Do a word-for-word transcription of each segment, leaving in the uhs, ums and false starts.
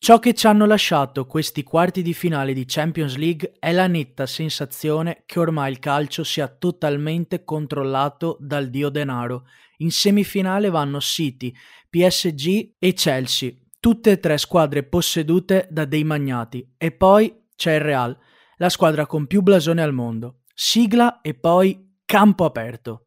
Ciò che ci hanno lasciato questi quarti di finale di Champions League è la netta sensazione che ormai il calcio sia totalmente controllato dal dio denaro. In semifinale vanno City, P S G e Chelsea, tutte e tre squadre possedute da dei magnati. E poi c'è il Real, la squadra con più blasone al mondo. Sigla e poi campo aperto.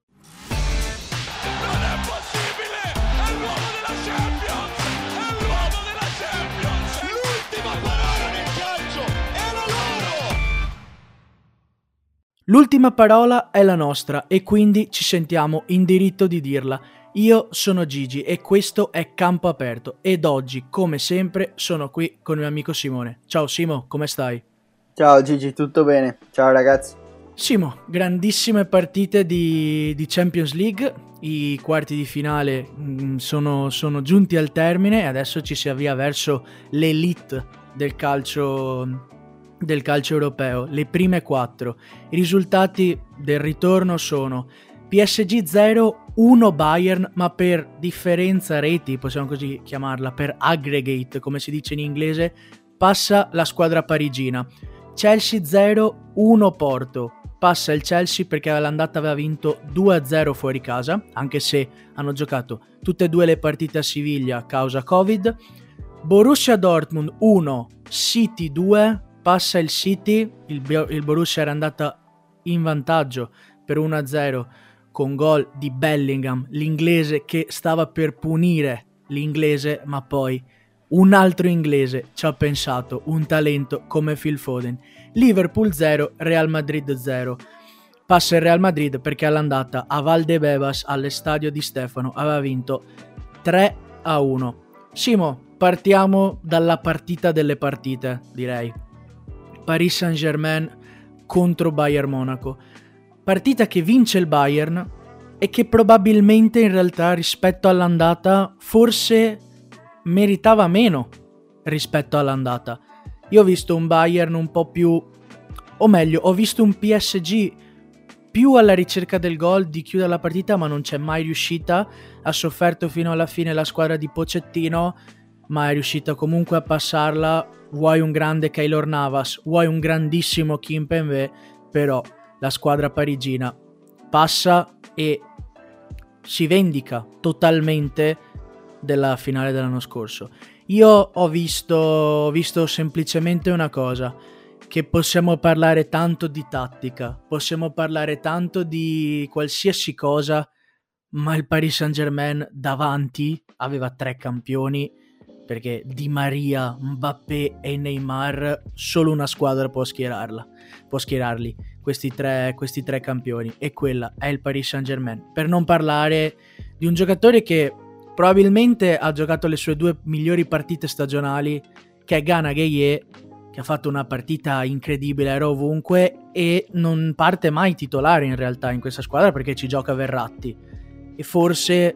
L'ultima parola è la nostra e quindi ci sentiamo in diritto di dirla. Io sono Gigi e questo è Campo Aperto ed oggi, come sempre, sono qui con il mio amico Simone. Ciao Simo, come stai? Ciao Gigi, tutto bene? Ciao ragazzi. Simo, grandissime partite di, di Champions League, i quarti di finale mh, sono, sono giunti al termine e adesso ci si avvia verso l'elite del calcio del calcio europeo, le prime quattro. I risultati del ritorno sono P S G zero, uno Bayern, ma per differenza reti, possiamo così chiamarla, per aggregate, come si dice in inglese, passa la squadra parigina. Chelsea zero, uno Porto, passa il Chelsea perché all'andata aveva vinto due a zero fuori casa, anche se hanno giocato tutte e due le partite a Siviglia a causa Covid. Borussia Dortmund uno, City due, passa il City, il, il Borussia era andata in vantaggio per uno a zero con gol di Bellingham, l'inglese che stava per punire l'inglese, ma poi un altro inglese ci ha pensato, un talento come Phil Foden. Liverpool zero, Real Madrid zero. Passa il Real Madrid perché all'andata a Valdebebas, all'estadio di Stefano, aveva vinto tre a uno. Simo, partiamo dalla partita delle partite, direi. Paris Saint-Germain contro Bayern Monaco. Partita che vince il Bayern e che probabilmente in realtà rispetto all'andata forse meritava meno rispetto all'andata. Io ho visto un Bayern un po' più, o meglio, ho visto un P S G più alla ricerca del gol, di chiudere la partita, ma non c'è mai riuscita. Ha sofferto fino alla fine la squadra di Pochettino, ma è riuscita comunque a passarla. Vuoi un grande Keylor Navas, vuoi un grandissimo Kimpembe, però la squadra parigina passa e si vendica totalmente della finale dell'anno scorso. Io ho visto, ho visto semplicemente una cosa, che possiamo parlare tanto di tattica, possiamo parlare tanto di qualsiasi cosa, ma il Paris Saint-Germain davanti aveva tre campioni, perché Di Maria, Mbappé e Neymar solo una squadra può schierarla, può schierarli, questi tre, questi tre campioni, e quella è il Paris Saint-Germain. Per non parlare di un giocatore che probabilmente ha giocato le sue due migliori partite stagionali, che è Gana Gueye, che ha fatto una partita incredibile, era ovunque e non parte mai titolare in realtà in questa squadra perché ci gioca Verratti, e forse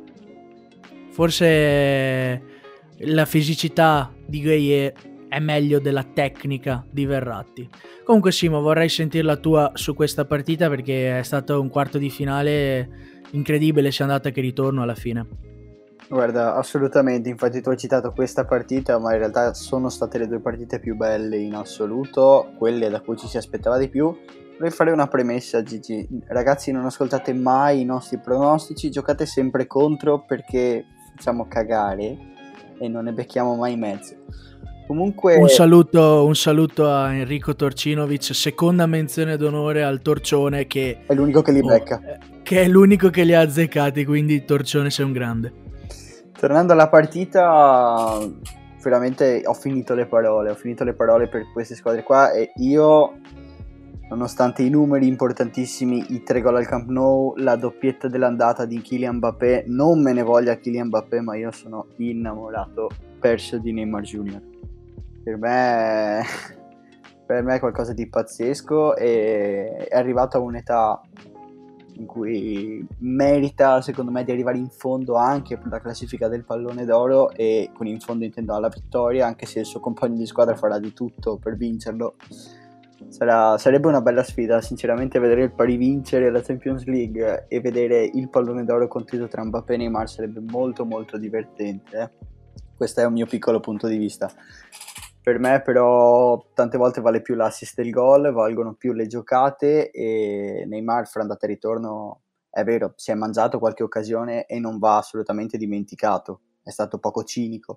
forse la fisicità di Gueye è meglio della tecnica di Verratti. Comunque Simo, vorrei sentire la tua su questa partita perché è stato un quarto di finale incredibile, sia andata che ritorno alla fine. Guarda, assolutamente, infatti tu hai citato questa partita, ma in realtà sono state le due partite più belle in assoluto, quelle da cui ci si aspettava di più. Vorrei fare una premessa, Gigi. Ragazzi, non ascoltate mai i nostri pronostici, giocate sempre contro perché facciamo cagare e non ne becchiamo mai in mezzo. Comunque un saluto, un saluto a Enrico Torcinovic, seconda menzione d'onore al Torcione, che è l'unico che li oh, becca, che è l'unico che li ha azzeccati, quindi Torcione sei un grande. Tornando alla partita, veramente ho finito le parole, ho finito le parole per queste squadre qua, e io, nonostante i numeri importantissimi, i tre gol al Camp Nou, la doppietta dell'andata di Kylian Mbappé, non me ne voglia Kylian Mbappé, ma io sono innamorato perso di Neymar Junior Per me, per me è qualcosa di pazzesco e è arrivato a un'età in cui merita, secondo me, di arrivare in fondo anche per la classifica del pallone d'oro, e con in fondo intendo alla vittoria, anche se il suo compagno di squadra farà di tutto per vincerlo. Sarà, sarebbe una bella sfida, sinceramente. Vedere il Paris vincere la Champions League e vedere il pallone d'oro conteso tra Mbappé e Neymar sarebbe molto molto divertente, eh? Questo è un mio piccolo punto di vista. Per me però tante volte vale più l'assist del gol, valgono più le giocate, e Neymar fra andata e ritorno è vero, si è mangiato qualche occasione e non va assolutamente dimenticato, è stato poco cinico,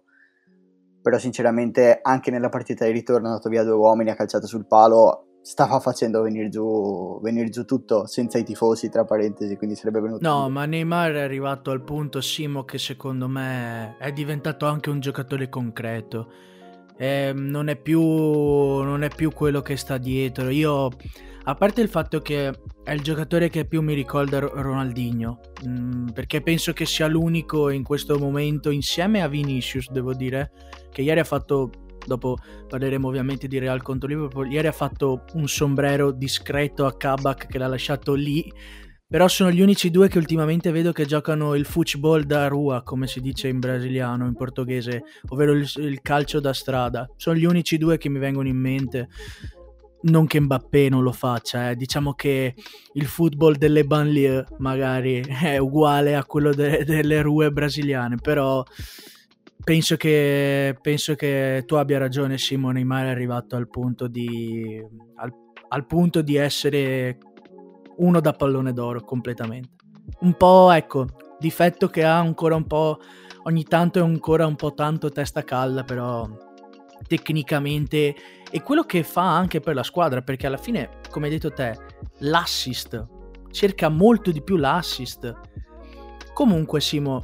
però sinceramente anche nella partita di ritorno è andato via due uomini, ha calciato sul palo, stava facendo venire giù, venire giù tutto senza i tifosi, tra parentesi, quindi sarebbe venuto No, via. ma Neymar è arrivato al punto, Simo, che secondo me è diventato anche un giocatore concreto. Eh, non è più non è più quello che sta dietro. Io, a parte il fatto che è il giocatore che più mi ricorda Ro- Ronaldinho, mm, perché penso che sia l'unico in questo momento, insieme a Vinicius, devo dire, che ieri ha fatto, dopo parleremo ovviamente di Real contro Liverpool, ieri ha fatto un sombrero discreto a Kabak che l'ha lasciato lì. Però sono gli unici due che ultimamente vedo che giocano il futebol da rua, come si dice in brasiliano, in portoghese, ovvero il, il calcio da strada. Sono gli unici due che mi vengono in mente. Non che Mbappé non lo faccia, eh. Diciamo che il football delle banlieue magari è uguale a quello de- delle rue brasiliane, però penso che, penso che tu abbia ragione, Simone. Neymar è arrivato al punto di, al, al punto di essere uno da pallone d'oro completamente. Un po', ecco, difetto che ha ancora un po', ogni tanto è ancora un po' tanto testa calda, però tecnicamente è quello che fa anche per la squadra, perché alla fine, come hai detto te, l'assist, cerca molto di più l'assist. Comunque Simo,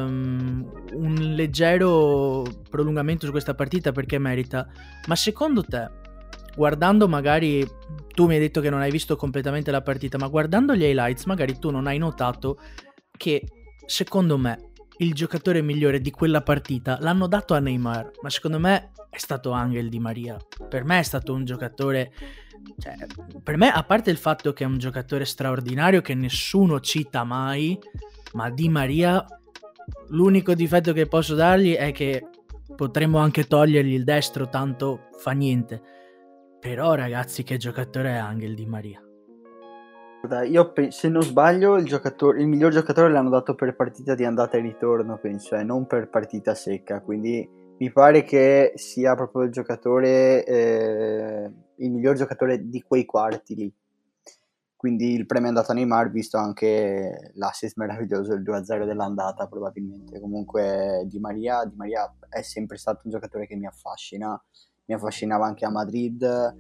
um, un leggero prolungamento su questa partita perché merita, ma secondo te, guardando magari, tu mi hai detto che non hai visto completamente la partita, ma guardando gli highlights magari tu non hai notato che secondo me il giocatore migliore di quella partita l'hanno dato a Neymar, ma secondo me è stato Angel Di Maria. Per me è stato un giocatore, cioè, per me, a parte il fatto che è un giocatore straordinario che nessuno cita mai, ma Di Maria, l'unico difetto che posso dargli è che potremmo anche togliergli il destro, tanto fa niente. Però ragazzi, che giocatore è Angel Di Maria. Io pe- se non sbaglio il, giocatore, il miglior giocatore l'hanno dato per partita di andata e ritorno, penso, e eh, non per partita secca, quindi mi pare che sia proprio il giocatore, eh, il miglior giocatore di quei quarti lì. Quindi il premio è andato a Neymar, visto anche l'assist meraviglioso, il due a zero dell'andata probabilmente. Comunque Di Maria, Di Maria è sempre stato un giocatore che mi affascina, mi affascinava anche a Madrid.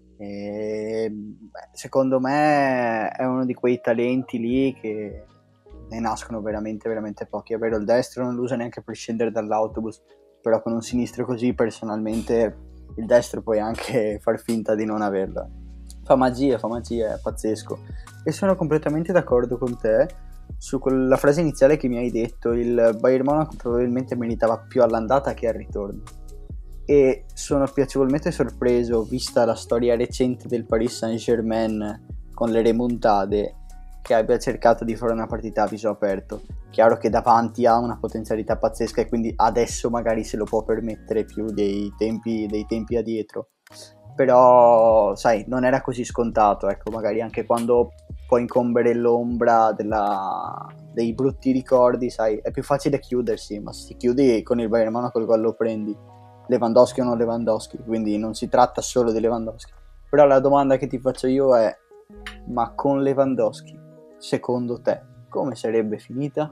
E, beh, secondo me è uno di quei talenti lì che ne nascono veramente veramente pochi. È vero, il destro non lo usa neanche per scendere dall'autobus, però con un sinistro così personalmente il destro puoi anche far finta di non averlo. Fa magia, fa magia, è pazzesco. E sono completamente d'accordo con te su quella frase iniziale che mi hai detto. Il Bayern Monaco probabilmente meritava più all'andata che al ritorno, e sono piacevolmente sorpreso, vista la storia recente del Paris Saint-Germain con le remontade, che abbia cercato di fare una partita a viso aperto. Chiaro che davanti ha una potenzialità pazzesca e quindi adesso magari se lo può permettere più dei tempi, dei tempi addietro, però sai, non era così scontato, ecco, magari anche quando può incombere l'ombra della, dei brutti ricordi, sai, è più facile chiudersi, ma se ti chiudi con il Bayern Monaco il gol lo prendi, Lewandowski o non Lewandowski, quindi non si tratta solo di Lewandowski. Però la domanda che ti faccio io è: ma con Lewandowski, secondo te, come sarebbe finita?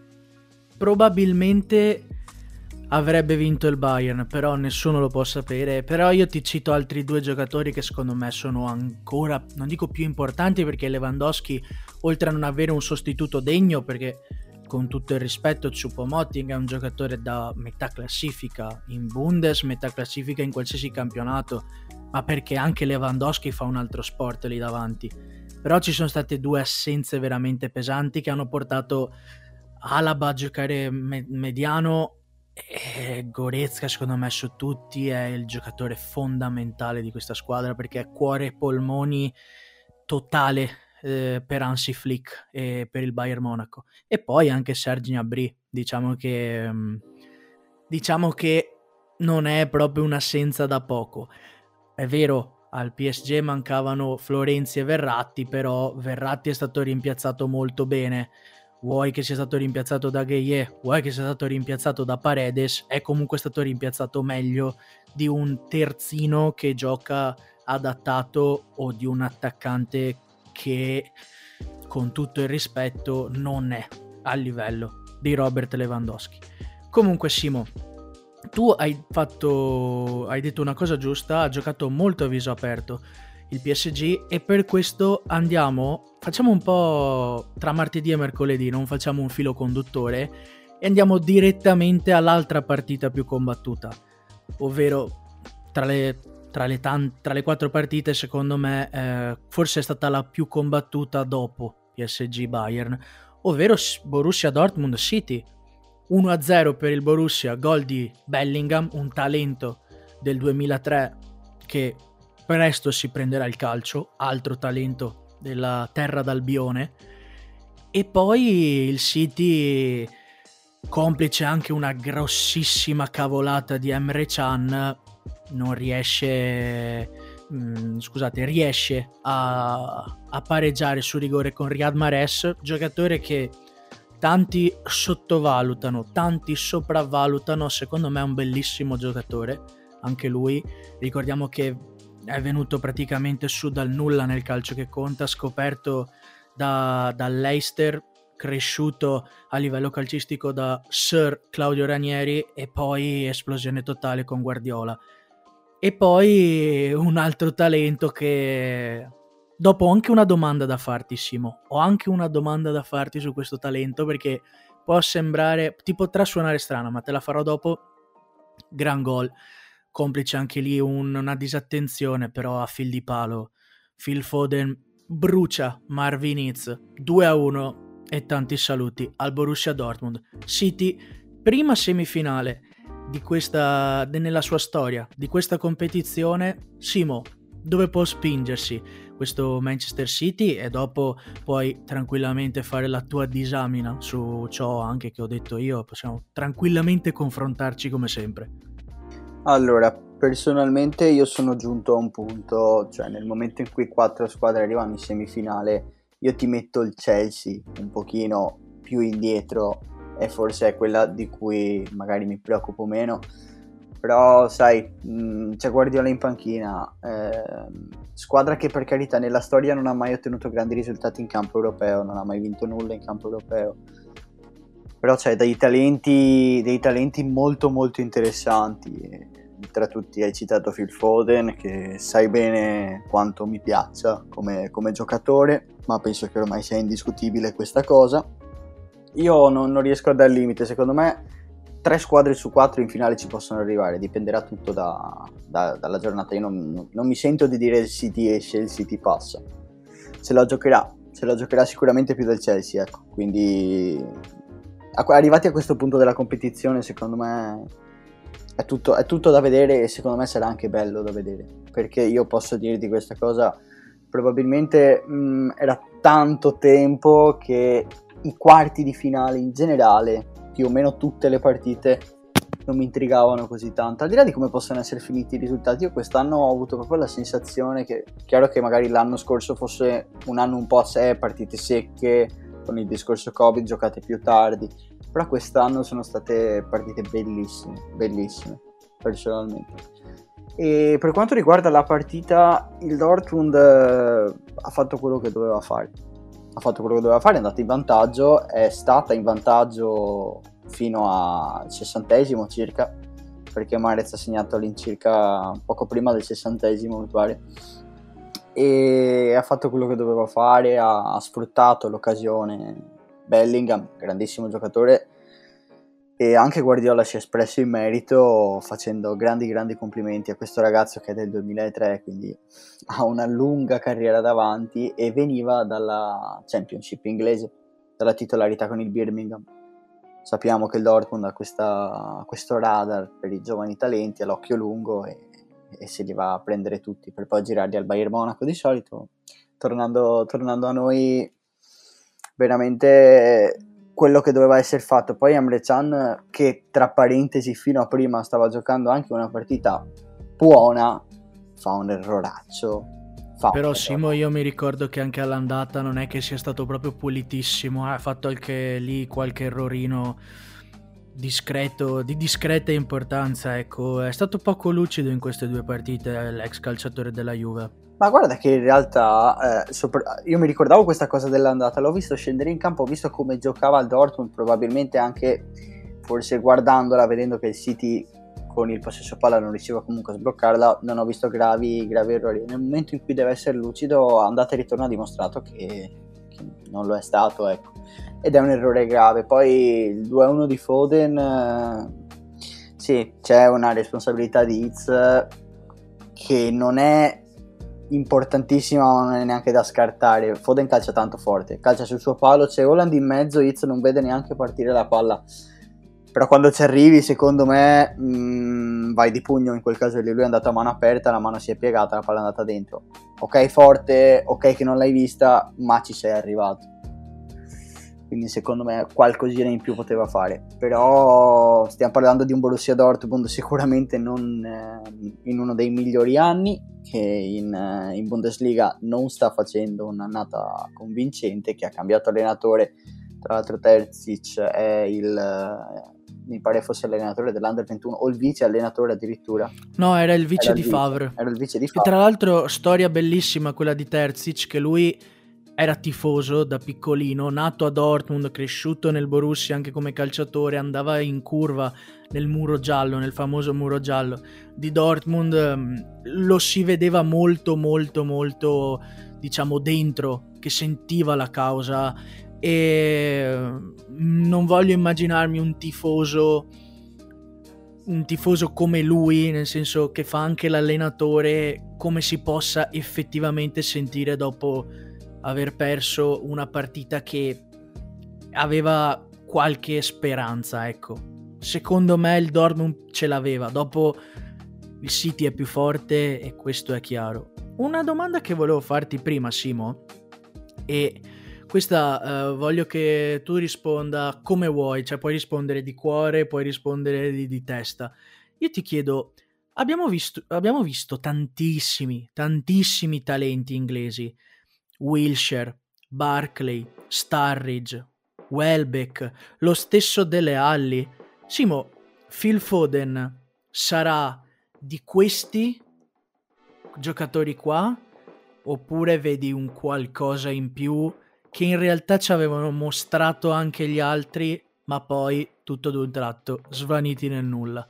Probabilmente avrebbe vinto il Bayern, però nessuno lo può sapere. Però io ti cito altri due giocatori che secondo me sono ancora, non dico più importanti, perché Lewandowski, oltre a non avere un sostituto degno, perché con tutto il rispetto Choupo-Moting è un giocatore da metà classifica in Bundes, metà classifica in qualsiasi campionato, ma perché anche Lewandowski fa un altro sport lì davanti. Però ci sono state due assenze veramente pesanti che hanno portato Alaba a giocare me- mediano, e Goretzka secondo me su tutti è il giocatore fondamentale di questa squadra, perché è cuore e polmoni totale eh, per Hansi Flick e per il Bayern Monaco. E poi anche Serge Gnabry, diciamo che mh, diciamo che non è proprio un'assenza da poco. È vero, al P S G mancavano Florenzi e Verratti, però Verratti è stato rimpiazzato molto bene. vuoi che sia stato rimpiazzato da Gueye, vuoi che sia stato rimpiazzato da Paredes, è comunque stato rimpiazzato meglio di un terzino che gioca adattato o di un attaccante che, con tutto il rispetto, non è a livello di Robert Lewandowski. Comunque Simo, tu hai fatto hai detto una cosa giusta, ha giocato molto a viso aperto il P S G, e per questo andiamo, facciamo un po' tra martedì e mercoledì, non facciamo un filo conduttore e andiamo direttamente all'altra partita più combattuta, ovvero tra le, tra le, tan- tra le quattro partite, secondo me eh, forse è stata la più combattuta dopo P S G Bayern, ovvero Borussia Dortmund City. uno a zero per il Borussia, gol di Bellingham, un talento del duemilatré che presto si prenderà il calcio, altro talento della terra d'Albione. E poi il City, complice anche una grossissima cavolata di Emre Can, non riesce mh, scusate riesce a, a pareggiare su rigore con Riyad Mahrez, giocatore che tanti sottovalutano, tanti sopravvalutano. Secondo me è un bellissimo giocatore anche lui. Ricordiamo che è venuto praticamente su dal nulla nel calcio che conta, scoperto da, dall'Leicester, cresciuto a livello calcistico da Sir Claudio Ranieri e poi esplosione totale con Guardiola. E poi un altro talento che... Dopo ho anche una domanda da farti, Simo. Ho anche una domanda da farti su questo talento, perché può sembrare, ti potrà suonare strana, ma te la farò dopo. Gran gol, complice anche lì un, una disattenzione, però a fil di palo. Phil Foden brucia Marvin Hitz, due a uno, e tanti saluti al Borussia Dortmund. City, prima semifinale di questa, nella sua storia, di questa competizione. Simo, dove può spingersi questo Manchester City? E dopo puoi tranquillamente fare la tua disamina su ciò anche che ho detto io, possiamo tranquillamente confrontarci come sempre. Allora, personalmente io sono giunto a un punto, cioè nel momento in cui quattro squadre arrivano in semifinale, io ti metto il Chelsea un pochino più indietro, e forse è quella di cui magari mi preoccupo meno. Però sai, mh, c'è Guardiola in panchina, eh, squadra che per carità nella storia non ha mai ottenuto grandi risultati in campo europeo, non ha mai vinto nulla in campo europeo, però c'è dei talenti, dei talenti molto molto interessanti. Tra tutti hai citato Phil Foden, che sai bene quanto mi piaccia come, come giocatore, ma penso che ormai sia indiscutibile questa cosa. Io non, non riesco a dar limite, secondo me tre squadre su quattro in finale ci possono arrivare, dipenderà tutto da, da, dalla giornata. Io non, non mi sento di dire il City esce, il City passa, se la giocherà, se la giocherà sicuramente più del Chelsea, ecco. Quindi arrivati a questo punto della competizione, secondo me è tutto, è tutto da vedere, e secondo me sarà anche bello da vedere, perché io posso dirti questa cosa, probabilmente mh, era tanto tempo che i quarti di finale in generale, più o meno tutte le partite, non mi intrigavano così tanto, al di là di come possono essere finiti i risultati. Io quest'anno ho avuto proprio la sensazione che, chiaro che magari l'anno scorso fosse un anno un po' a sé, partite secche, con il discorso Covid, giocate più tardi, però quest'anno sono state partite bellissime, bellissime, personalmente. E per quanto riguarda la partita, il Dortmund eh, ha fatto quello che doveva fare, ha fatto quello che doveva fare, è andata in vantaggio, è stata in vantaggio fino al sessantesimo circa, perché Mahrez ha segnato all'incirca poco prima del sessantesimo, mi pare, e ha fatto quello che doveva fare, ha, ha sfruttato l'occasione. Bellingham, grandissimo giocatore, e anche Guardiola si è espresso in merito facendo grandi grandi complimenti a questo ragazzo che è del duemilatré, quindi ha una lunga carriera davanti, e veniva dalla Championship inglese, dalla titolarità con il Birmingham. Sappiamo che il Dortmund ha questa, questo radar per i giovani talenti all'occhio lungo, e, e se li va a prendere tutti per poi girarli al Bayern Monaco di solito. Tornando, tornando a noi, veramente quello che doveva essere fatto. Poi Emre Can, che tra parentesi fino a prima stava giocando anche una partita buona, fa un erroraccio fa. Però Simo, io mi ricordo che anche all'andata non è che sia stato proprio pulitissimo, ha fatto anche lì qualche errorino discreto, di discreta importanza, ecco, è stato poco lucido in queste due partite l'ex calciatore della Juve. Ma guarda che in realtà eh, sopra... io mi ricordavo questa cosa dell'andata, l'ho visto scendere in campo, ho visto come giocava al Dortmund, probabilmente anche forse guardandola, vedendo che il City con il possesso palla non riusciva comunque a sbloccarla, non ho visto gravi, gravi errori. Nel momento in cui deve essere lucido, andata e ritorno ha dimostrato che, che non lo è stato, ecco. Ed è un errore grave. Poi il due a uno di Foden, eh, sì, c'è una responsabilità di Hitz che non è importantissima, ma non è neanche da scartare. Foden calcia tanto forte, calcia sul suo palo, c'è Haaland in mezzo, Hitz non vede neanche partire la palla, però quando ci arrivi secondo me mh, vai di pugno. In quel caso lì lui è andato a mano aperta, la mano si è piegata, la palla è andata dentro. Ok forte, ok che non l'hai vista, ma ci sei arrivato, quindi secondo me qualcosina in più poteva fare. Però stiamo parlando di un Borussia Dortmund sicuramente non eh, in uno dei migliori anni, che in, eh, in Bundesliga non sta facendo un'annata convincente, che ha cambiato allenatore. Tra l'altro Terzic è il eh, mi pare fosse l'allenatore dell'Under ventuno o il vice allenatore addirittura. No, era il vice era di il vice, Favre. Era il vice di Che Favre. tra l'altro storia bellissima quella di Terzic, che lui era tifoso da piccolino, nato a Dortmund, cresciuto nel Borussia anche come calciatore, andava in curva nel muro giallo, nel famoso muro giallo di Dortmund, lo si vedeva molto molto molto, diciamo, dentro, che sentiva la causa, e non voglio immaginarmi un tifoso un tifoso come lui, nel senso che fa anche l'allenatore, come si possa effettivamente sentire dopo aver perso una partita che aveva qualche speranza, ecco. Secondo me il Dortmund ce l'aveva, dopo il City è più forte e questo è chiaro. Una domanda che volevo farti prima, Simo, e questa uh, voglio che tu risponda come vuoi, cioè puoi rispondere di cuore, puoi rispondere di, di testa. Io ti chiedo, abbiamo visto, abbiamo visto tantissimi, tantissimi talenti inglesi, Wilshere, Barkley, Sturridge, Welbeck, lo stesso Dele Alli. Simo, Phil Foden sarà di questi giocatori qua, oppure vedi un qualcosa in più che in realtà ci avevano mostrato anche gli altri, ma poi tutto d'un tratto svaniti nel nulla?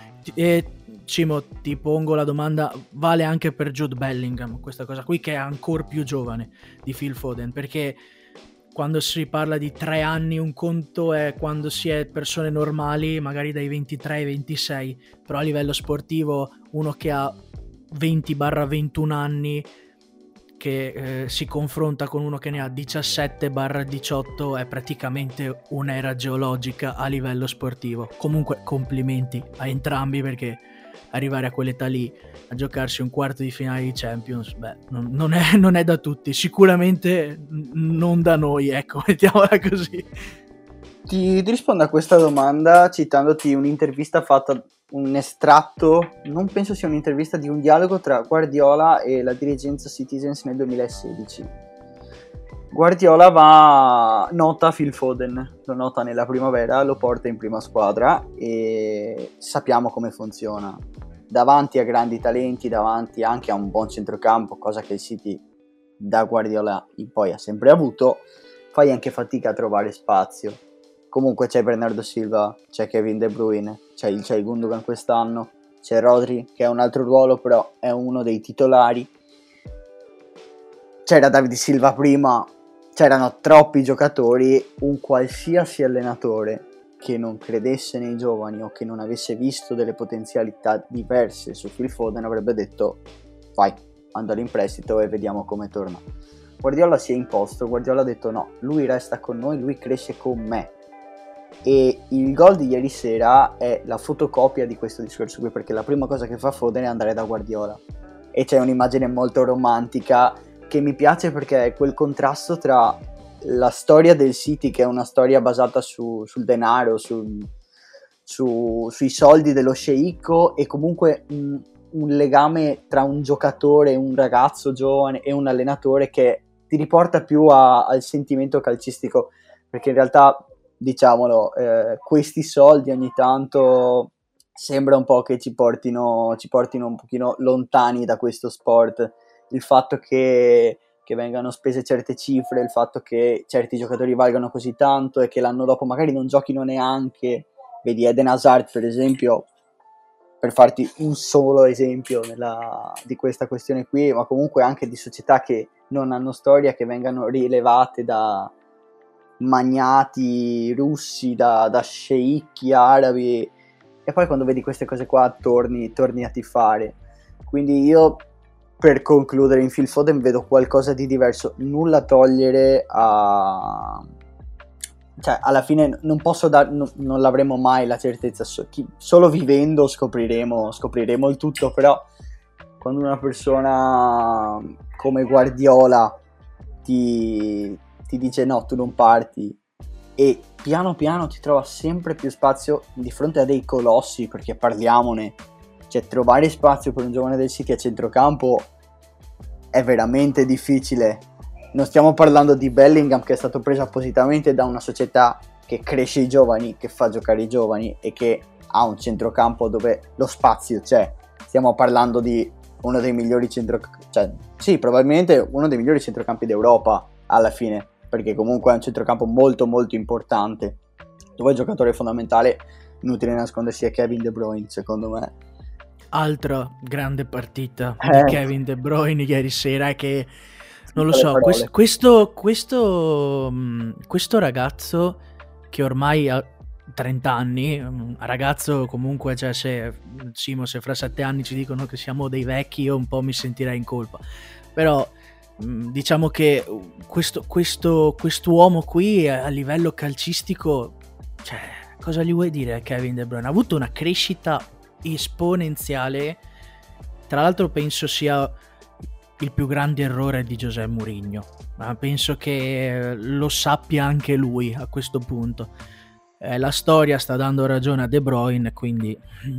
E Cimo, ti pongo la domanda, vale anche per Jude Bellingham, questa cosa qui, che è ancora più giovane di Phil Foden, perché quando si parla di tre anni un conto è quando si è persone normali, magari dai ventitré ai ventisei, però a livello sportivo uno che ha venti ventuno anni che eh, si confronta con uno che ne ha diciassette diciotto è praticamente un'era geologica a livello sportivo. Comunque complimenti a entrambi, perché arrivare a quell'età lì a giocarsi un quarto di finale di Champions, beh, non, non, è, non è da tutti, sicuramente non da noi, ecco, mettiamola così. Ti, ti rispondo a questa domanda citandoti un'intervista fatta, un estratto, non penso sia un'intervista, di un dialogo tra Guardiola e la dirigenza Citizens nel duemilasedici. Guardiola va, nota Phil Foden, lo nota nella primavera, lo porta in prima squadra e sappiamo come funziona. Davanti a grandi talenti, davanti anche a un buon centrocampo, cosa che il City da Guardiola in poi ha sempre avuto, fai anche fatica a trovare spazio. Comunque c'è Bernardo Silva, c'è Kevin De Bruyne, c'è il c'è Gundogan quest'anno, c'è Rodri che è un altro ruolo, però è uno dei titolari. C'era David Silva prima, c'erano troppi giocatori. Un qualsiasi allenatore che non credesse nei giovani o che non avesse visto delle potenzialità diverse su Phil Foden avrebbe detto vai, mandalo in prestito e vediamo come torna. Guardiola si è imposto, Guardiola ha detto no, lui resta con noi, lui cresce con me. E il gol di ieri sera è la fotocopia di questo discorso qui, perché la prima cosa che fa Foden è andare da Guardiola e c'è un'immagine molto romantica che mi piace, perché è quel contrasto tra la storia del City, che è una storia basata su, sul denaro, su, su, sui soldi dello sceicco, e comunque mh, un legame tra un giocatore, un ragazzo giovane e un allenatore che ti riporta più a, al sentimento calcistico, perché in realtà, diciamolo, eh, questi soldi ogni tanto sembra un po' che ci portino, ci portino un pochino lontani da questo sport. Il fatto che, che vengano spese certe cifre, il fatto che certi giocatori valgano così tanto e che l'anno dopo magari non giochino neanche. Vedi Eden Hazard, per esempio, per farti un solo esempio nella, di questa questione qui, ma comunque anche di società che non hanno storia, che vengano rilevate da magnati russi, da, da sceicchi arabi, e poi quando vedi queste cose qua torni, torni a tifare. Quindi io, per concludere, in Phil Foden vedo qualcosa di diverso, nulla a togliere a... cioè alla fine non posso dar, no, non l'avremo mai la certezza, so, chi, solo vivendo scopriremo, scopriremo il tutto, però quando una persona come Guardiola ti, ti dice no, tu non parti, e piano piano ti trova sempre più spazio di fronte a dei colossi, perché parliamone, cioè trovare spazio per un giovane del City a centrocampo è veramente difficile. Non stiamo parlando di Bellingham, che è stato preso appositamente da una società che cresce i giovani, che fa giocare i giovani e che ha un centrocampo dove lo spazio c'è. Stiamo parlando di uno dei migliori centrocampi, cioè sì, probabilmente uno dei migliori centrocampi d'Europa alla fine, perché comunque è un centrocampo molto molto importante, dove il giocatore fondamentale, inutile nascondersi, è Kevin De Bruyne, secondo me. Altra grande partita eh. di Kevin De Bruyne ieri sera, che non lo so, questo, questo, questo, questo ragazzo che ormai ha trenta anni, ragazzo comunque, cioè se Simo, se fra sette anni ci dicono che siamo dei vecchi, io un po' mi sentirei in colpa, però diciamo che questo, questo quest'uomo qui a livello calcistico, cioè cosa gli vuoi dire a Kevin De Bruyne? Ha avuto una crescita esponenziale, tra l'altro penso sia il più grande errore di José Mourinho, ma penso che lo sappia anche lui a questo punto. Eh, la storia sta dando ragione a De Bruyne, quindi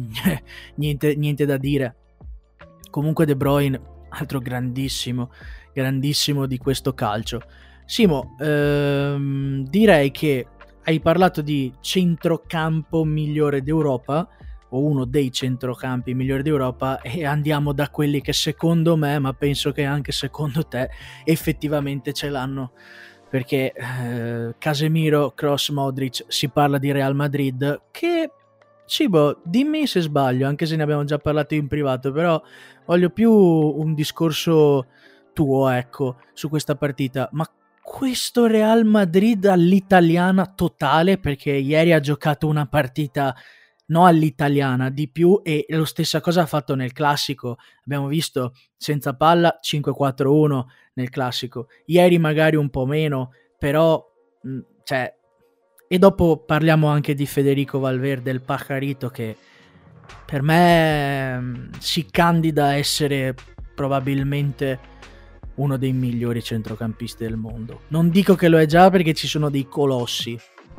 niente, niente da dire. Comunque De Bruyne, altro grandissimo, grandissimo di questo calcio. Simo, ehm, direi che hai parlato di centrocampo migliore d'Europa, o uno dei centrocampi migliori d'Europa, e andiamo da quelli che secondo me, ma penso che anche secondo te, effettivamente ce l'hanno, perché eh, Casemiro, Kroos, Modric, si parla di Real Madrid, che, Cibo, dimmi se sbaglio, anche se ne abbiamo già parlato in privato, però voglio più un discorso tuo, ecco, su questa partita. Ma questo Real Madrid all'italiana totale, perché ieri ha giocato una partita no all'italiana di più, e lo stessa cosa ha fatto nel classico. Abbiamo visto senza palla cinque quattro uno nel classico, ieri magari un po' meno, però mh, cioè, e dopo parliamo anche di Federico Valverde, il Pajarito, che per me mh, si candida a essere probabilmente uno dei migliori centrocampisti del mondo. Non dico che lo è già, perché ci sono dei colossi,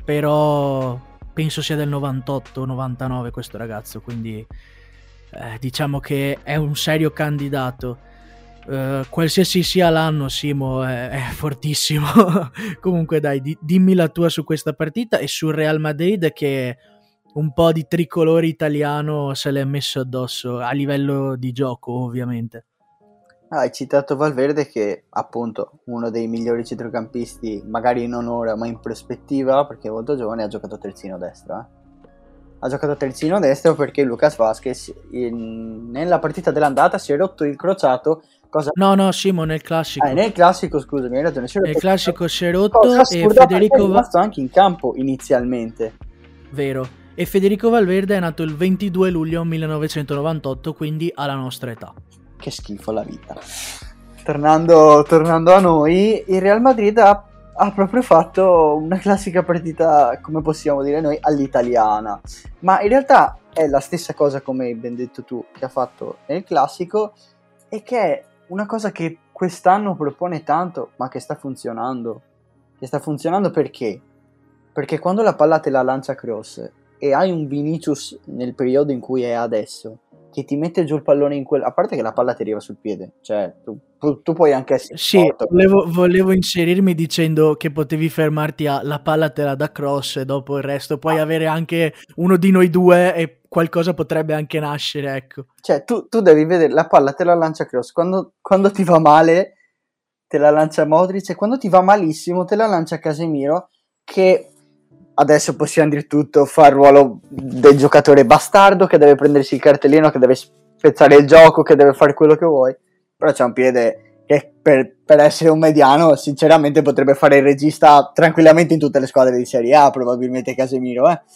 però penso sia del novantotto novantanove questo ragazzo, quindi eh, diciamo che è un serio candidato. Uh, qualsiasi sia l'anno, Simo, è, è fortissimo. Comunque dai, di, dimmi la tua su questa partita e sul Real Madrid, che un po' di tricolore italiano se l'è messo addosso a livello di gioco, ovviamente. Ah, hai citato Valverde, che appunto uno dei migliori centrocampisti, magari non ora ma in prospettiva, perché è molto giovane, ha giocato terzino destro eh. ha giocato terzino destro perché Lucas Vázquez in... nella partita dell'andata si è rotto il crociato. Cosa... No, no, Simo, nel classico. Ah, nel classico, scusami, hai ragione. Si è nel classico si è rotto e Federico è rimasto anche in campo inizialmente. Vero. E Federico Valverde è nato il ventidue luglio millenovecentonovantotto, quindi alla nostra età. Che schifo la vita. Tornando, tornando a noi, il Real Madrid ha, ha proprio fatto una classica partita, come possiamo dire noi, all'italiana. Ma in realtà è la stessa cosa, come hai ben detto tu, che ha fatto nel classico, e che è una cosa che quest'anno propone tanto, ma che sta funzionando. Che sta funzionando perché? Perché quando la palla te la lancia Kroos e hai un Vinicius nel periodo in cui è adesso, che ti mette giù il pallone in quel... A parte che la palla ti arriva sul piede, cioè tu, tu, tu puoi anche essere Sì, forte. volevo, volevo inserirmi dicendo che potevi fermarti a la palla te la dà cross e dopo il resto puoi avere anche uno di noi due e qualcosa potrebbe anche nascere, ecco. Cioè tu, tu devi vedere, la palla te la lancia cross, quando, quando ti va male te la lancia Modric e quando ti va malissimo te la lancia Casemiro, che adesso possiamo dire tutto, fa il ruolo del giocatore bastardo che deve prendersi il cartellino, che deve spezzare il gioco, che deve fare quello che vuoi, però c'ha un piede che per, per essere un mediano sinceramente potrebbe fare il regista tranquillamente in tutte le squadre di Serie A, probabilmente Casemiro, eh.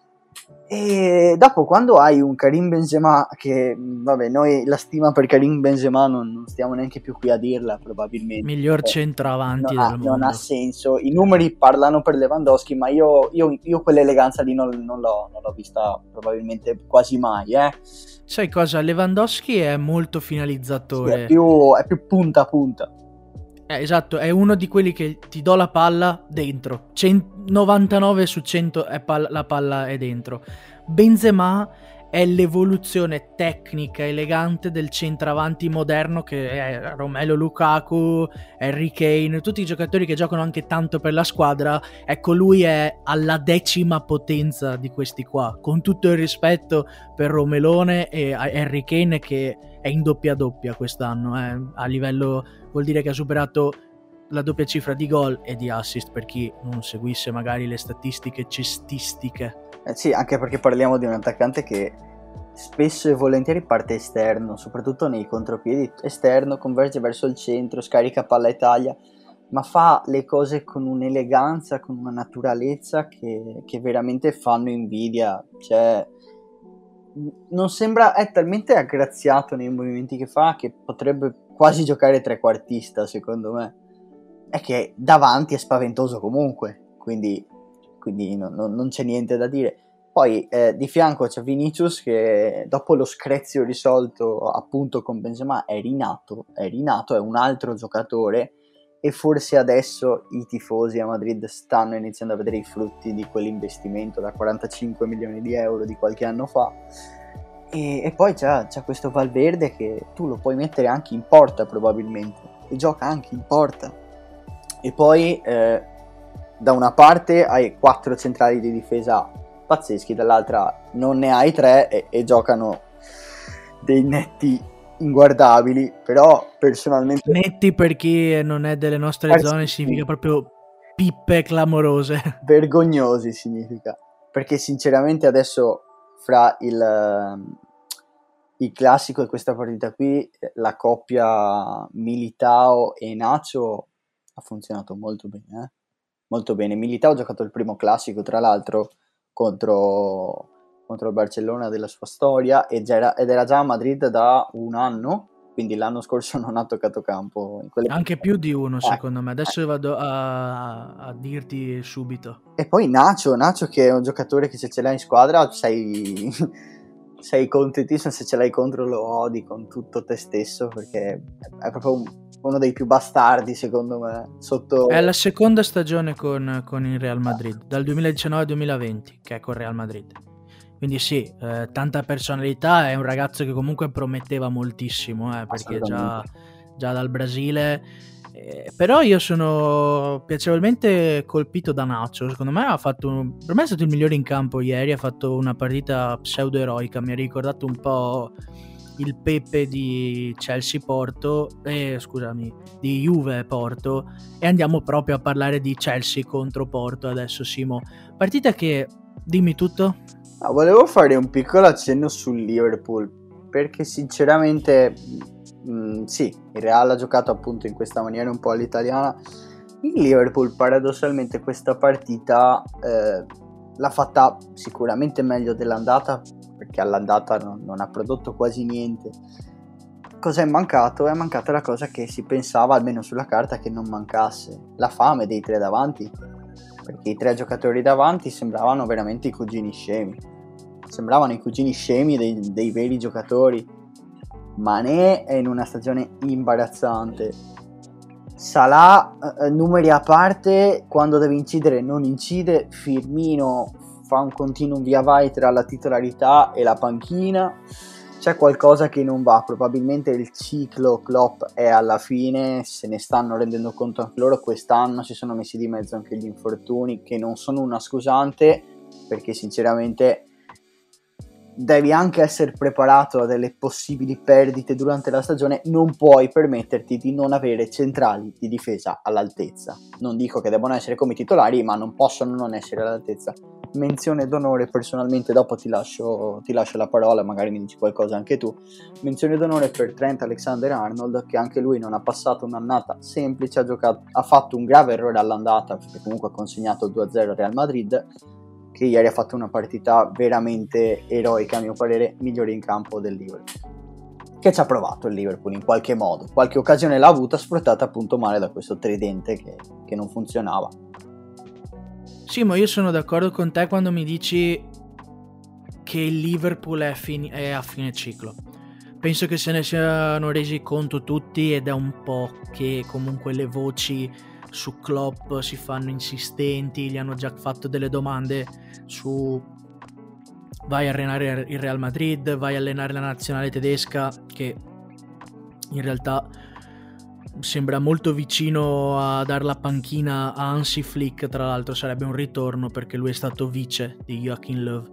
E dopo quando hai un Karim Benzema che, vabbè, noi la stima per Karim Benzema non, non stiamo neanche più qui a dirla, probabilmente miglior centravanti non ha, del non mondo. ha senso, i numeri parlano per Lewandowski, ma io, io, io quell'eleganza lì non, non, l'ho, non l'ho vista probabilmente quasi mai, eh. Sai cosa? Lewandowski è molto finalizzatore. Sì, è, più, è più punta a punta. Eh, esatto, è uno di quelli che ti do la palla dentro, novantanove su cento è palla, la palla è dentro. Benzema è l'evoluzione tecnica elegante del centravanti moderno che è Romelu Lukaku, Harry Kane, tutti i giocatori che giocano anche tanto per la squadra. Ecco, lui è alla decima potenza di questi qua, con tutto il rispetto per Romelone e Harry Kane che è in doppia doppia quest'anno, eh. A livello vuol dire che ha superato la doppia cifra di gol e di assist, per chi non seguisse magari le statistiche cestistiche. Eh sì, anche perché parliamo di un attaccante che spesso e volentieri parte esterno, soprattutto nei contropiedi, esterno, converge verso il centro, scarica palla e taglia, ma fa le cose con un'eleganza, con una naturalezza che, che veramente fanno invidia. Cioè, non sembra, è talmente aggraziato nei movimenti che fa che potrebbe quasi giocare trequartista, secondo me. È che davanti è spaventoso comunque, quindi, quindi no, no, non c'è niente da dire. Poi eh, di fianco c'è Vinicius che dopo lo screzio risolto appunto con Benzema è rinato, è rinato, è un altro giocatore e forse adesso i tifosi a Madrid stanno iniziando a vedere i frutti di quell'investimento da quarantacinque milioni di euro di qualche anno fa. E, e poi c'è, c'è questo Valverde che tu lo puoi mettere anche in porta probabilmente, e gioca anche in porta. E poi eh, da una parte hai quattro centrali di difesa pazzeschi, dall'altra non ne hai tre e, e giocano dei netti inguardabili, però personalmente netti per chi non è delle nostre Pazzeschi. Zone significa proprio pippe clamorose, vergognosi significa, perché sinceramente adesso fra il, il classico e questa partita qui la coppia Militao e Nacho ha funzionato molto bene, eh? molto bene. Militao ha giocato il primo classico tra l'altro contro, contro il Barcellona della sua storia ed era, ed era già a Madrid da un anno, quindi l'anno scorso non ha toccato campo in quelle... anche più di uno eh, secondo me, adesso eh. vado a, a dirti subito. E poi Nacho, Nacho che è un giocatore che se ce l'hai in squadra sei, sei contentissimo, se ce l'hai contro lo odi con tutto te stesso, perché è proprio un, uno dei più bastardi secondo me. Sotto... È la seconda stagione con, con il Real Madrid, dal duemiladiciannove al duemilaventi che è con Real Madrid. Quindi sì, eh, tanta personalità, è un ragazzo che comunque prometteva moltissimo, eh, perché già, già dal Brasile... Eh, però io sono piacevolmente colpito da Nacho. Secondo me ha fatto un... per me è stato il migliore in campo ieri, ha fatto una partita pseudo eroica, mi ha ricordato un po' il Pepe di Chelsea Porto eh, scusami di Juve Porto, e andiamo proprio a parlare di Chelsea contro Porto adesso. Simo, partita che, dimmi tutto. Ah, volevo fare un piccolo accenno sul Liverpool, perché sinceramente Mm, sì, il Real ha giocato appunto in questa maniera un po' all'italiana. Il Liverpool paradossalmente questa partita eh, l'ha fatta sicuramente meglio dell'andata, perché all'andata non, non ha prodotto quasi niente. Cosa è mancato? È mancata la cosa che si pensava, almeno sulla carta, che non mancasse: la fame dei tre davanti, perché i tre giocatori davanti sembravano veramente i cugini scemi, sembravano i cugini scemi dei, dei veri giocatori. Mané è in una stagione imbarazzante, Salah eh, numeri a parte, quando deve incidere non incide, Firmino fa un continuum via vai tra la titolarità e la panchina, c'è qualcosa che non va, probabilmente il ciclo Klopp è alla fine, se ne stanno rendendo conto anche loro. Quest'anno si sono messi di mezzo anche gli infortuni, che non sono una scusante, perché sinceramente devi anche essere preparato a delle possibili perdite durante la stagione. Non puoi permetterti di non avere centrali di difesa all'altezza. Non dico che debbano essere come titolari, ma non possono non essere all'altezza. Menzione d'onore personalmente, dopo ti lascio, ti lascio la parola, magari mi dici qualcosa anche tu. Menzione d'onore per Trent Alexander-Arnold, che anche lui non ha passato un'annata semplice, ha, giocato, ha fatto un grave errore all'andata, perché comunque ha consegnato due a zero al Real Madrid, che ieri ha fatto una partita veramente eroica, a mio parere migliore in campo del Liverpool, che ci ha provato il Liverpool in qualche modo, qualche occasione l'ha avuta, sfruttata appunto male da questo tridente che, che non funzionava. Sì, ma io sono d'accordo con te quando mi dici che il Liverpool è, fin- è a fine ciclo. Penso che se ne siano resi conto tutti, ed è un po' che comunque le voci su Klopp si fanno insistenti, gli hanno già fatto delle domande su vai a allenare il Real Madrid, vai a allenare la nazionale tedesca, che in realtà sembra molto vicino a dar la panchina a Hansi Flick. Tra l'altro sarebbe un ritorno, perché lui è stato vice di Joachim Löw.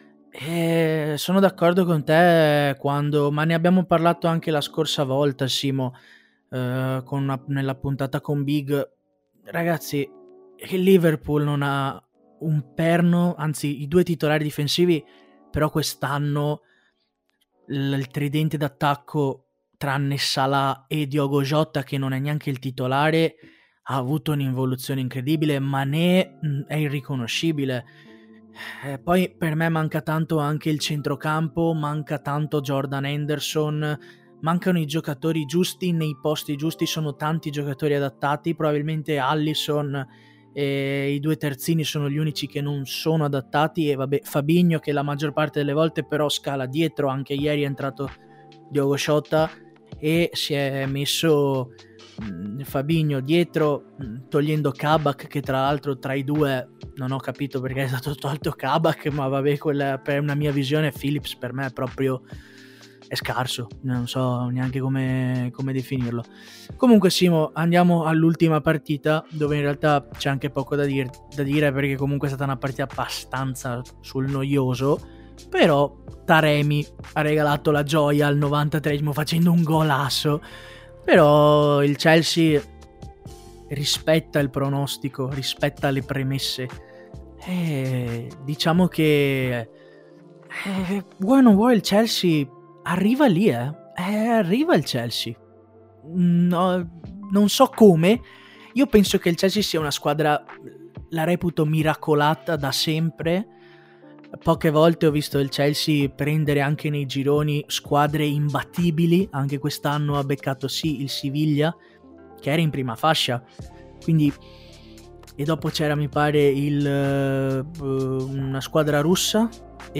E sono d'accordo con te quando, ma ne abbiamo parlato anche la scorsa volta, Simo, eh, con una, nella puntata con Big. Ragazzi, il Liverpool non ha un perno, anzi i due titolari difensivi, però quest'anno il, il tridente d'attacco, tranne Salah e Diogo Jota, che non è neanche il titolare, ha avuto un'involuzione incredibile. Mané mh, è irriconoscibile. Eh, poi per me manca tanto anche il centrocampo, manca tanto Jordan Henderson, mancano i giocatori giusti nei posti giusti. Sono tanti giocatori adattati, probabilmente Alisson e i due terzini sono gli unici che non sono adattati, e vabbè Fabinho, che la maggior parte delle volte però scala dietro. Anche ieri è entrato Diogo Jota e si è messo mh, Fabinho dietro, mh, togliendo Kabak, che tra l'altro tra i due non ho capito perché è stato tolto Kabak, ma vabbè, quella, per una mia visione Phillips per me è proprio è scarso, non so neanche come, come definirlo. Comunque Simo, andiamo all'ultima partita, dove in realtà c'è anche poco da, dir, da dire, perché comunque è stata una partita abbastanza sul noioso. Però Taremi ha regalato la gioia al novantatreesimo facendo un golasso. Però il Chelsea rispetta il pronostico, rispetta le premesse, e diciamo che eh, vuoi o non vuoi il Chelsea arriva lì, eh, eh arriva il Chelsea. No, non so come. Io penso che il Chelsea sia una squadra, la reputo miracolata da sempre. Poche volte ho visto il Chelsea prendere anche nei gironi squadre imbattibili. Anche quest'anno ha beccato sì il Siviglia, che era in prima fascia, quindi, e dopo c'era mi pare il uh, una squadra russa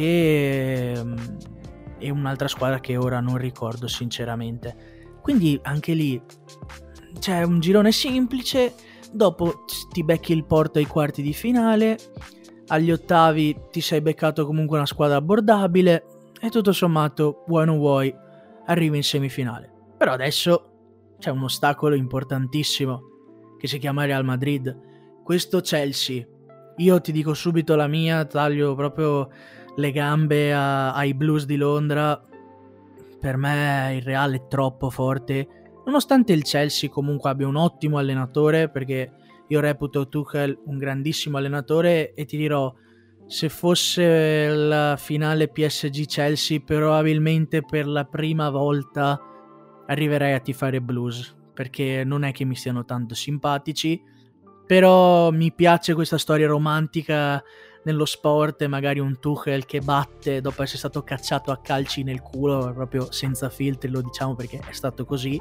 e, e un'altra squadra che ora non ricordo sinceramente. Quindi anche lì c'è un girone semplice, dopo ti becchi il Porto ai quarti di finale, agli ottavi ti sei beccato comunque una squadra abbordabile, e tutto sommato, vuoi o non vuoi, arrivi in semifinale. Però adesso c'è un ostacolo importantissimo che si chiama Real Madrid. Questo Chelsea, io ti dico subito la mia, taglio proprio le gambe a, ai Blues di Londra. Per me il Real è troppo forte, nonostante il Chelsea comunque abbia un ottimo allenatore, perché io reputo Tuchel un grandissimo allenatore, e ti dirò, se fosse la finale P S G-Chelsea probabilmente per la prima volta arriverei a tifare Blues, perché non è che mi siano tanto simpatici, però mi piace questa storia romantica nello sport, e magari un Tuchel che batte dopo essere stato cacciato a calci nel culo, proprio senza filtri, lo diciamo perché è stato così.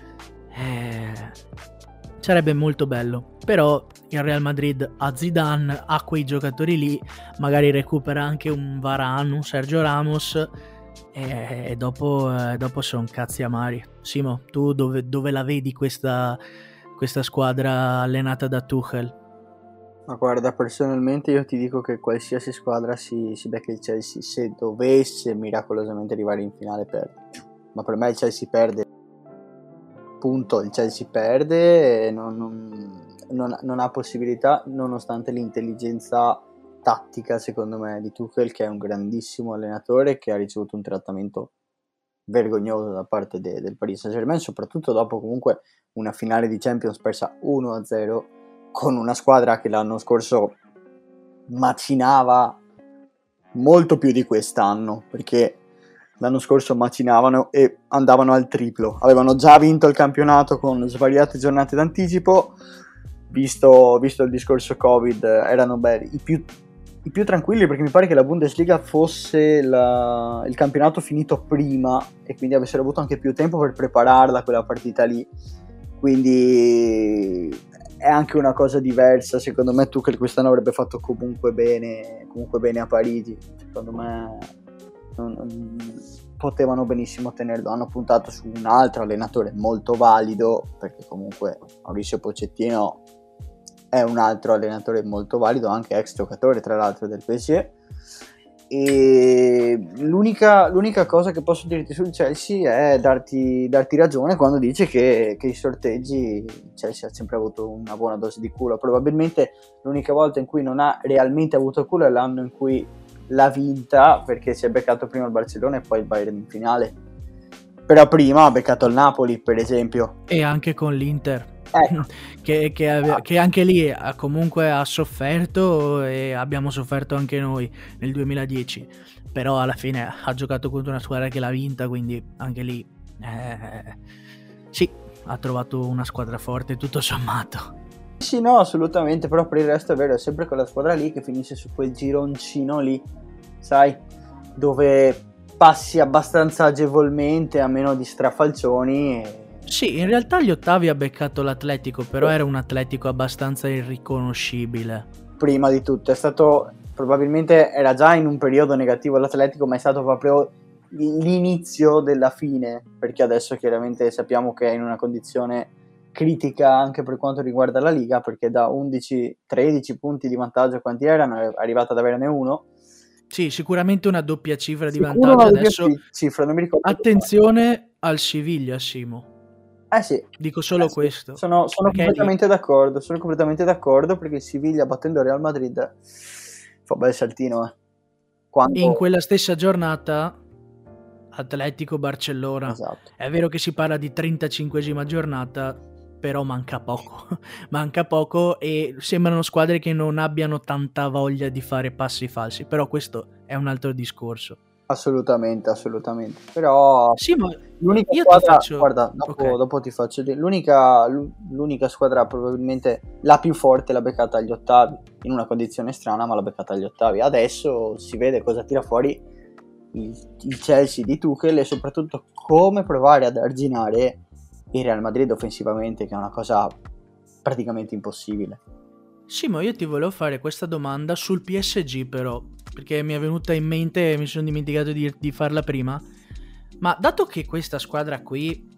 Eh, sarebbe molto bello. Però il Real Madrid ha Zidane, ha quei giocatori lì, magari recupera anche un Varane, un Sergio Ramos, e, e dopo, eh, dopo sono cazzi amari. Simo, tu dove, dove la vedi questa, questa squadra allenata da Tuchel? Ma guarda, personalmente io ti dico che qualsiasi squadra si, si becca il Chelsea, se dovesse miracolosamente arrivare in finale, perde. Ma per me il Chelsea perde. Punto, il Chelsea perde e non, non, non, non ha possibilità, nonostante l'intelligenza tattica, secondo me, di Tuchel, che è un grandissimo allenatore che ha ricevuto un trattamento vergognoso da parte de, del Paris Saint-Germain, soprattutto dopo comunque una finale di Champions persa uno a zero con una squadra che l'anno scorso macinava molto più di quest'anno, perché l'anno scorso macinavano e andavano al triplo, avevano già vinto il campionato con svariate giornate d'anticipo, visto, visto il discorso Covid erano belli, i più, i più tranquilli, perché mi pare che la Bundesliga fosse la, il campionato finito prima e quindi avessero avuto anche più tempo per prepararla quella partita lì, quindi è anche una cosa diversa. Secondo me Tuchel quest'anno avrebbe fatto comunque bene, comunque bene a Parigi, secondo me non, non, potevano benissimo tenerlo, hanno puntato su un altro allenatore molto valido, perché comunque Mauricio Pochettino è un altro allenatore molto valido, anche ex giocatore tra l'altro del P S G, e l'unica, l'unica cosa che posso dirti sul Chelsea è darti, darti ragione quando dici che, che i sorteggi il Chelsea ha sempre avuto una buona dose di culo. Probabilmente l'unica volta in cui non ha realmente avuto culo è l'anno in cui l'ha vinta, perché si è beccato prima il Barcellona e poi il Bayern in finale, però prima ha beccato il Napoli per esempio, e anche con l'Inter. Ecco. che, che, ave- che anche lì ha, comunque ha sofferto, e abbiamo sofferto anche noi nel duemiladieci, però alla fine ha giocato contro una squadra che l'ha vinta, quindi anche lì eh, sì, ha trovato una squadra forte tutto sommato. Sì, no, assolutamente, però per il resto è vero, è sempre quella squadra lì che finisce su quel gironcino lì, sai, dove passi abbastanza agevolmente a meno di strafalcioni e... Sì, in realtà gli ottavi ha beccato l'Atletico, però era un Atletico abbastanza irriconoscibile. Prima di tutto è stato, probabilmente era già in un periodo negativo l'Atletico, ma è stato proprio l'inizio della fine, perché adesso chiaramente sappiamo che è in una condizione critica anche per quanto riguarda la Liga, perché da undici tredici punti di vantaggio, quanti erano, è arrivata ad averne uno. Sì, sicuramente una doppia cifra di Sicuro vantaggio adesso. Cifra, non mi ricordo. Attenzione al Siviglia, Simo. Eh sì, dico solo eh sì. questo. Sono, sono completamente d'accordo. Sono completamente d'accordo perché il Siviglia battendo il Real Madrid fa un bel saltino. Eh. Quando... In quella stessa giornata, Atletico-Barcellona. Esatto. È vero che si parla di trentacinquesima giornata, però manca poco. manca poco e sembrano squadre che non abbiano tanta voglia di fare passi falsi. Però questo è un altro discorso. Assolutamente, assolutamente. Però sì, ma l'unica io squadra, ti faccio... guarda, dopo, okay. dopo ti faccio l'unica, l'unica squadra probabilmente la più forte l'ha beccata agli ottavi, in una condizione strana, ma l'ha beccata agli ottavi. Adesso si vede cosa tira fuori il, il Chelsea di Tuchel e soprattutto come provare ad arginare il Real Madrid offensivamente, che è una cosa praticamente impossibile. Sì, ma io ti volevo fare questa domanda sul P S G però, perché mi è venuta in mente e mi sono dimenticato di, di farla prima. Ma dato che questa squadra qui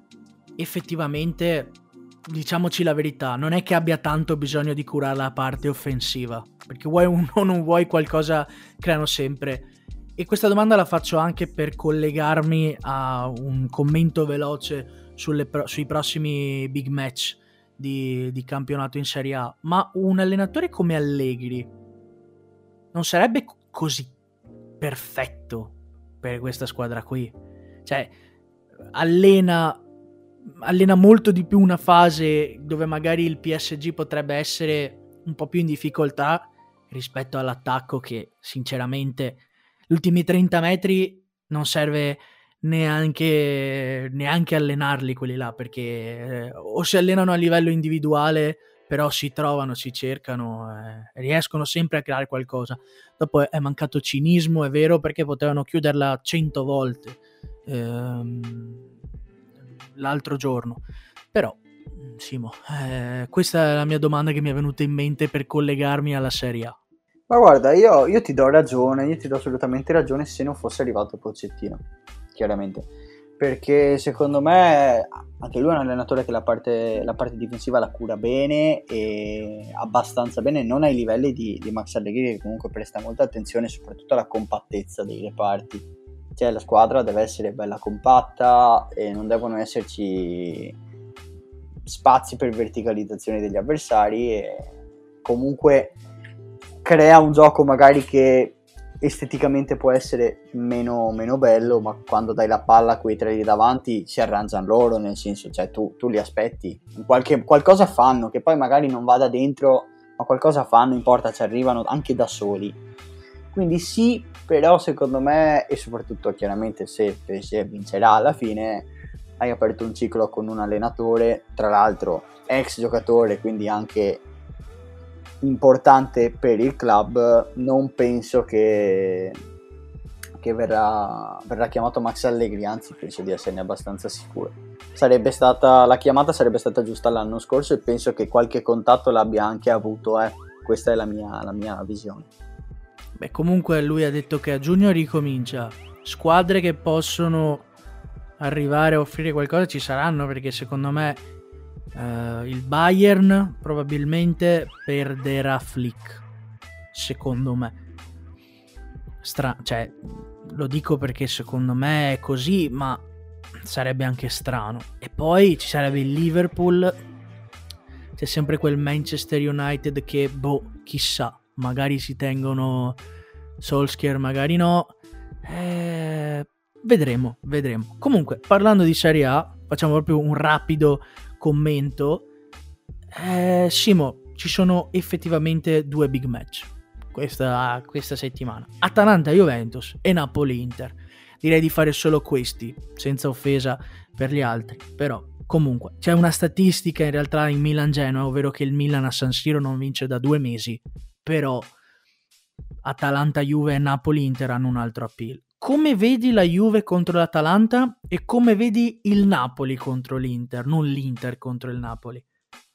effettivamente, diciamoci la verità, non è che abbia tanto bisogno di curare la parte offensiva, perché vuoi o non vuoi qualcosa creano sempre. E questa domanda la faccio anche per collegarmi a un commento veloce sulle, sui prossimi big match Di, di campionato in Serie A. Ma un allenatore come Allegri non sarebbe così perfetto per questa squadra qui? Cioè, allena allena molto di più una fase dove magari il P S G potrebbe essere un po' più in difficoltà rispetto all'attacco, che sinceramente gli ultimi trenta metri non serve neanche neanche allenarli quelli là, perché eh, o si allenano a livello individuale, però si trovano, si cercano, eh, riescono sempre a creare qualcosa. Dopo è mancato cinismo, è vero, perché potevano chiuderla cento volte ehm, l'altro giorno, però Simo, eh, questa è la mia domanda che mi è venuta in mente per collegarmi alla Serie A. Ma guarda, io, io ti do ragione, io ti do assolutamente ragione se non fosse arrivato Pochettino, chiaramente, perché secondo me anche lui è un allenatore che la parte, la parte difensiva la cura bene e abbastanza bene, non ai livelli di, di Max Allegri, che comunque presta molta attenzione soprattutto alla compattezza dei reparti. Cioè la squadra deve essere bella compatta e non devono esserci spazi per verticalizzazione degli avversari, e comunque crea un gioco magari che esteticamente può essere meno, meno bello, ma quando dai la palla a quei tre lì davanti si arrangiano loro, nel senso, cioè tu, tu li aspetti, qualche, qualcosa fanno, che poi magari non vada dentro, ma qualcosa fanno, in porta ci arrivano anche da soli. Quindi sì, però secondo me, e soprattutto chiaramente se P S G vincerà alla fine, hai aperto un ciclo con un allenatore, tra l'altro ex giocatore, quindi anche importante per il club. Non penso che, che verrà, verrà chiamato Max Allegri, anzi penso di esserne abbastanza sicuro. Sarebbe stata, la chiamata sarebbe stata giusta l'anno scorso e penso che qualche contatto l'abbia anche avuto, eh. Questa è la mia, la mia visione. Beh, comunque lui ha detto che a giugno ricomincia, squadre che possono arrivare a offrire qualcosa ci saranno, perché secondo me Uh, il Bayern probabilmente perderà Flick, secondo me. Stra- cioè, lo dico perché secondo me è così, ma sarebbe anche strano. E poi ci sarebbe il Liverpool, c'è sempre quel Manchester United che, boh, chissà, magari si tengono Solskjaer, magari no. Eh, vedremo, vedremo. Comunque, parlando di Serie A, facciamo proprio un rapido commento. eh, Simo, ci sono effettivamente due big match questa, questa settimana: Atalanta-Juventus e Napoli-Inter. Direi di fare solo questi, senza offesa per gli altri, però comunque c'è una statistica in realtà in Milan-Genoa, ovvero che il Milan a San Siro non vince da due mesi, però Atalanta-Juve e Napoli-Inter hanno un altro appeal. Come vedi la Juve contro l'Atalanta e come vedi il Napoli contro l'Inter, non l'Inter contro il Napoli?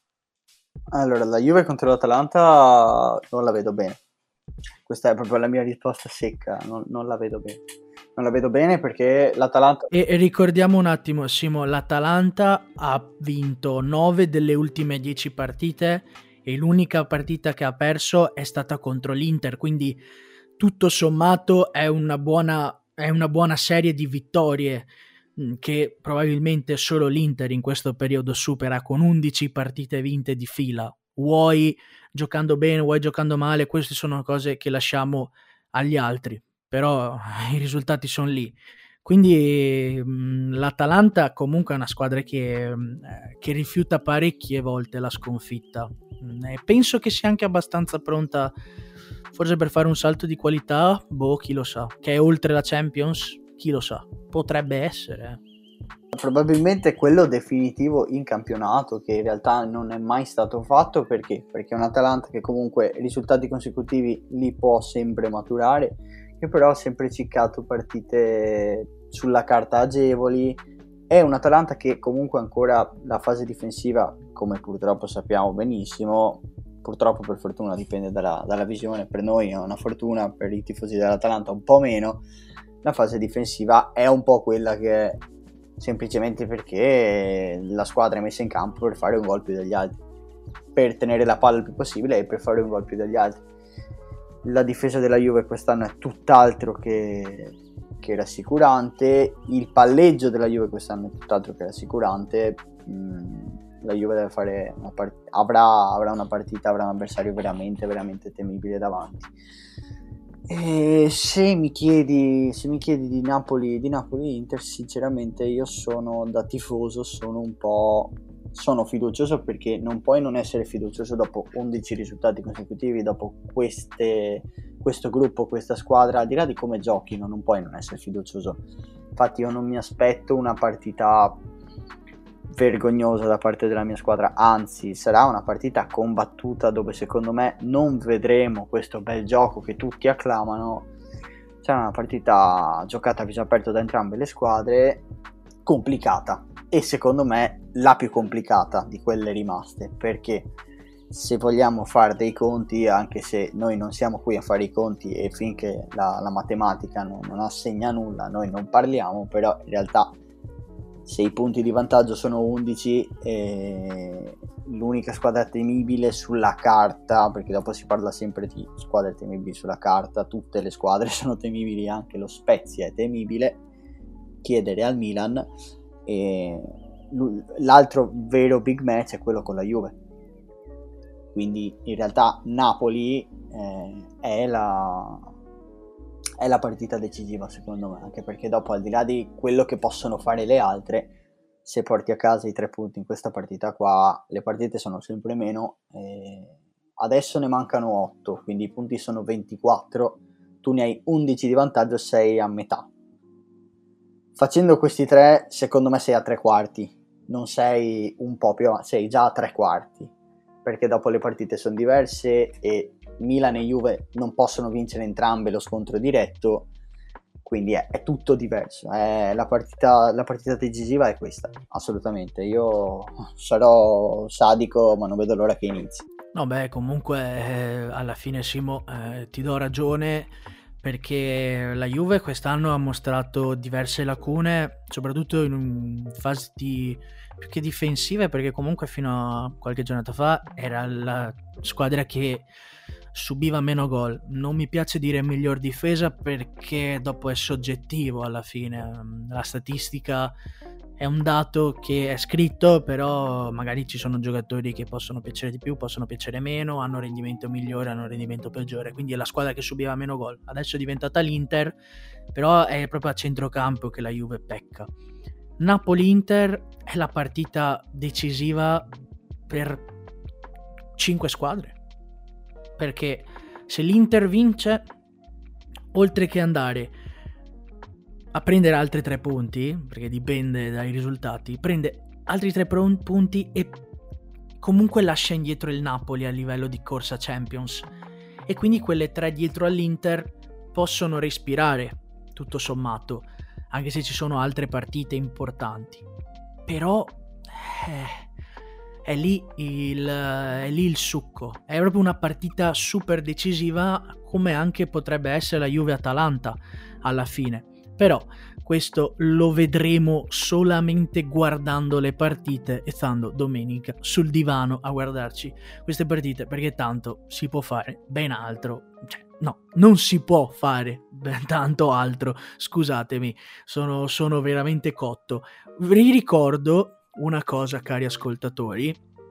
Allora, la Juve contro l'Atalanta non la vedo bene. Questa è proprio la mia risposta secca, non, non la vedo bene. Non la vedo bene perché l'Atalanta... E, e ricordiamo un attimo, Simo, l'Atalanta ha vinto nove delle ultime dieci partite e l'unica partita che ha perso è stata contro l'Inter, quindi tutto sommato è una buona, è una buona serie di vittorie che probabilmente solo l'Inter in questo periodo supera, con undici partite vinte di fila. Vuoi giocando bene, vuoi giocando male, queste sono cose che lasciamo agli altri, però i risultati sono lì. Quindi mh, l'Atalanta comunque è una squadra che, mh, che rifiuta parecchie volte la sconfitta. Mh, e penso che sia anche abbastanza pronta, forse per fare un salto di qualità, boh, chi lo sa, che è oltre la Champions, chi lo sa, potrebbe essere. Probabilmente quello definitivo in campionato, che in realtà non è mai stato fatto. Perché? Perché è un Atalanta che comunque risultati consecutivi li può sempre maturare, che però ha sempre ciccato partite sulla carta agevoli. È un Atalanta che comunque ancora la fase difensiva, come purtroppo sappiamo benissimo, purtroppo per fortuna dipende dalla, dalla visione, per noi è una fortuna, per i tifosi dell'Atalanta un po' meno, la fase difensiva è un po' quella che è, semplicemente perché la squadra è messa in campo per fare un gol più degli altri, per tenere la palla il più possibile e per fare un gol più degli altri. La difesa della Juve quest'anno è tutt'altro che, che rassicurante, il palleggio della Juve quest'anno è tutt'altro che rassicurante. mm, la Juve deve fare una part- avrà, avrà una partita, avrà un avversario veramente veramente temibile davanti. E se mi chiedi se mi chiedi di Napoli di Napoli Inter, sinceramente io sono da tifoso, sono un po' sono fiducioso, perché non puoi non essere fiducioso dopo undici risultati consecutivi, dopo queste, questo gruppo, questa squadra, al di là di come giochino, non puoi non essere fiducioso. Infatti io non mi aspetto una partita vergognosa da parte della mia squadra, anzi sarà una partita combattuta dove secondo me non vedremo questo bel gioco che tutti acclamano. Sarà una partita giocata a viso aperto da entrambe le squadre, complicata, e secondo me la più complicata di quelle rimaste, perché se vogliamo fare dei conti, anche se noi non siamo qui a fare i conti e finché la, la matematica non, non assegna nulla noi non parliamo, però in realtà se i punti di vantaggio sono undici, eh, l'unica squadra temibile sulla carta, perché dopo si parla sempre di squadre temibili sulla carta, tutte le squadre sono temibili, anche lo Spezia è temibile, chiedere al Milan, e l'altro vero big match è quello con la Juve, quindi in realtà Napoli eh, è la è la partita decisiva secondo me, anche perché dopo, al di là di quello che possono fare le altre, se porti a casa i tre punti in questa partita qua, le partite sono sempre meno, eh, adesso ne mancano otto, quindi i punti sono ventiquattro, tu ne hai undici di vantaggio, sei a metà. Facendo questi tre, secondo me sei a tre quarti, non sei un po' più avanti, sei già a tre quarti, perché dopo le partite sono diverse e Milan e Juve non possono vincere entrambe lo scontro diretto, quindi è, è tutto diverso. È la partita, la partita decisiva è questa, assolutamente. Io sarò sadico, ma non vedo l'ora che inizi. No, beh, comunque eh, alla fine, Simo, eh, ti do ragione, perché la Juve quest'anno ha mostrato diverse lacune, soprattutto in fasi di, più che difensive, perché comunque fino a qualche giornata fa era la squadra che subiva meno gol. Non mi piace dire miglior difesa, perché dopo è soggettivo alla fine, la statistica è un dato che è scritto, però magari ci sono giocatori che possono piacere di più, possono piacere meno, hanno rendimento migliore, hanno rendimento peggiore, quindi è la squadra che subiva meno gol. Adesso è diventata l'Inter, però è proprio a centrocampo che la Juve pecca. Napoli-Inter è la partita decisiva per cinque squadre, perché se l'Inter vince, oltre che andare a prendere altri tre punti, perché dipende dai risultati, prende altri tre punti e comunque lascia indietro il Napoli a livello di corsa Champions, e quindi quelle tre dietro all'Inter possono respirare tutto sommato, anche se ci sono altre partite importanti. Però eh, è lì il, è lì il succo, è proprio una partita super decisiva, come anche potrebbe essere la Juve-Atalanta alla fine. Però questo lo vedremo solamente guardando le partite e stando domenica sul divano a guardarci queste partite, perché tanto si può fare ben altro. Cioè, no, non si può fare ben tanto altro, scusatemi, sono, sono veramente cotto. Vi ricordo una cosa, cari ascoltatori: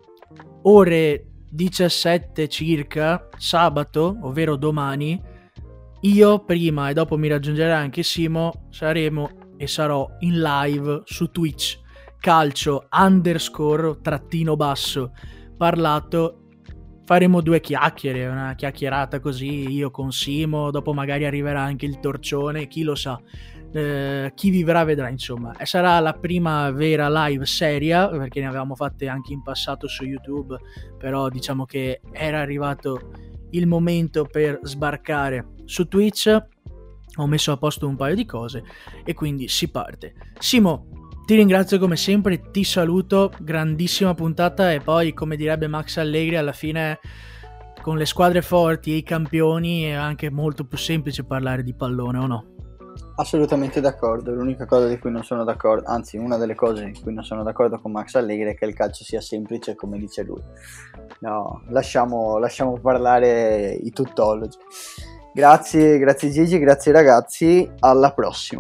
ore diciassette circa, sabato, ovvero domani, io prima e dopo mi raggiungerà anche Simo, saremo e sarò in live su Twitch, calcio underscore trattino basso parlato. Faremo due chiacchiere, una chiacchierata così, io con Simo, dopo magari arriverà anche il Torcione, chi lo sa, eh, chi vivrà vedrà, insomma. E sarà la prima vera live seria, perché ne avevamo fatte anche in passato su YouTube, però diciamo che era arrivato il momento per sbarcare su Twitch. Ho messo a posto un paio di cose e quindi si parte. Simo, ti ringrazio come sempre, ti saluto, grandissima puntata, e poi, come direbbe Max Allegri, alla fine con le squadre forti e i campioni è anche molto più semplice parlare di pallone, o no? Assolutamente d'accordo. L'unica cosa di cui non sono d'accordo, anzi una delle cose di cui non sono d'accordo con Max Allegri, è che il calcio sia semplice come dice lui. No, lasciamo, lasciamo parlare i tuttologi. Grazie, grazie Gigi, grazie ragazzi, alla prossima.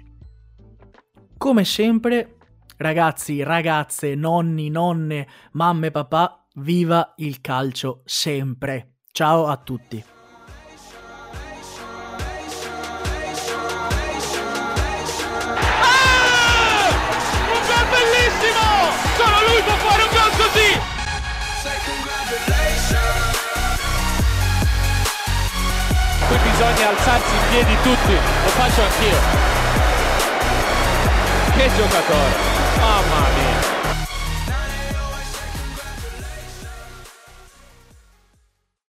Come sempre, ragazzi, ragazze, nonni, nonne, mamme, papà, viva il calcio sempre. Ciao a tutti. Ah! Un gol bellissimo! Solo lui può fare un gol così! Qui bisogna alzarsi in piedi tutti, lo faccio anch'io. Che giocatore, mamma mia!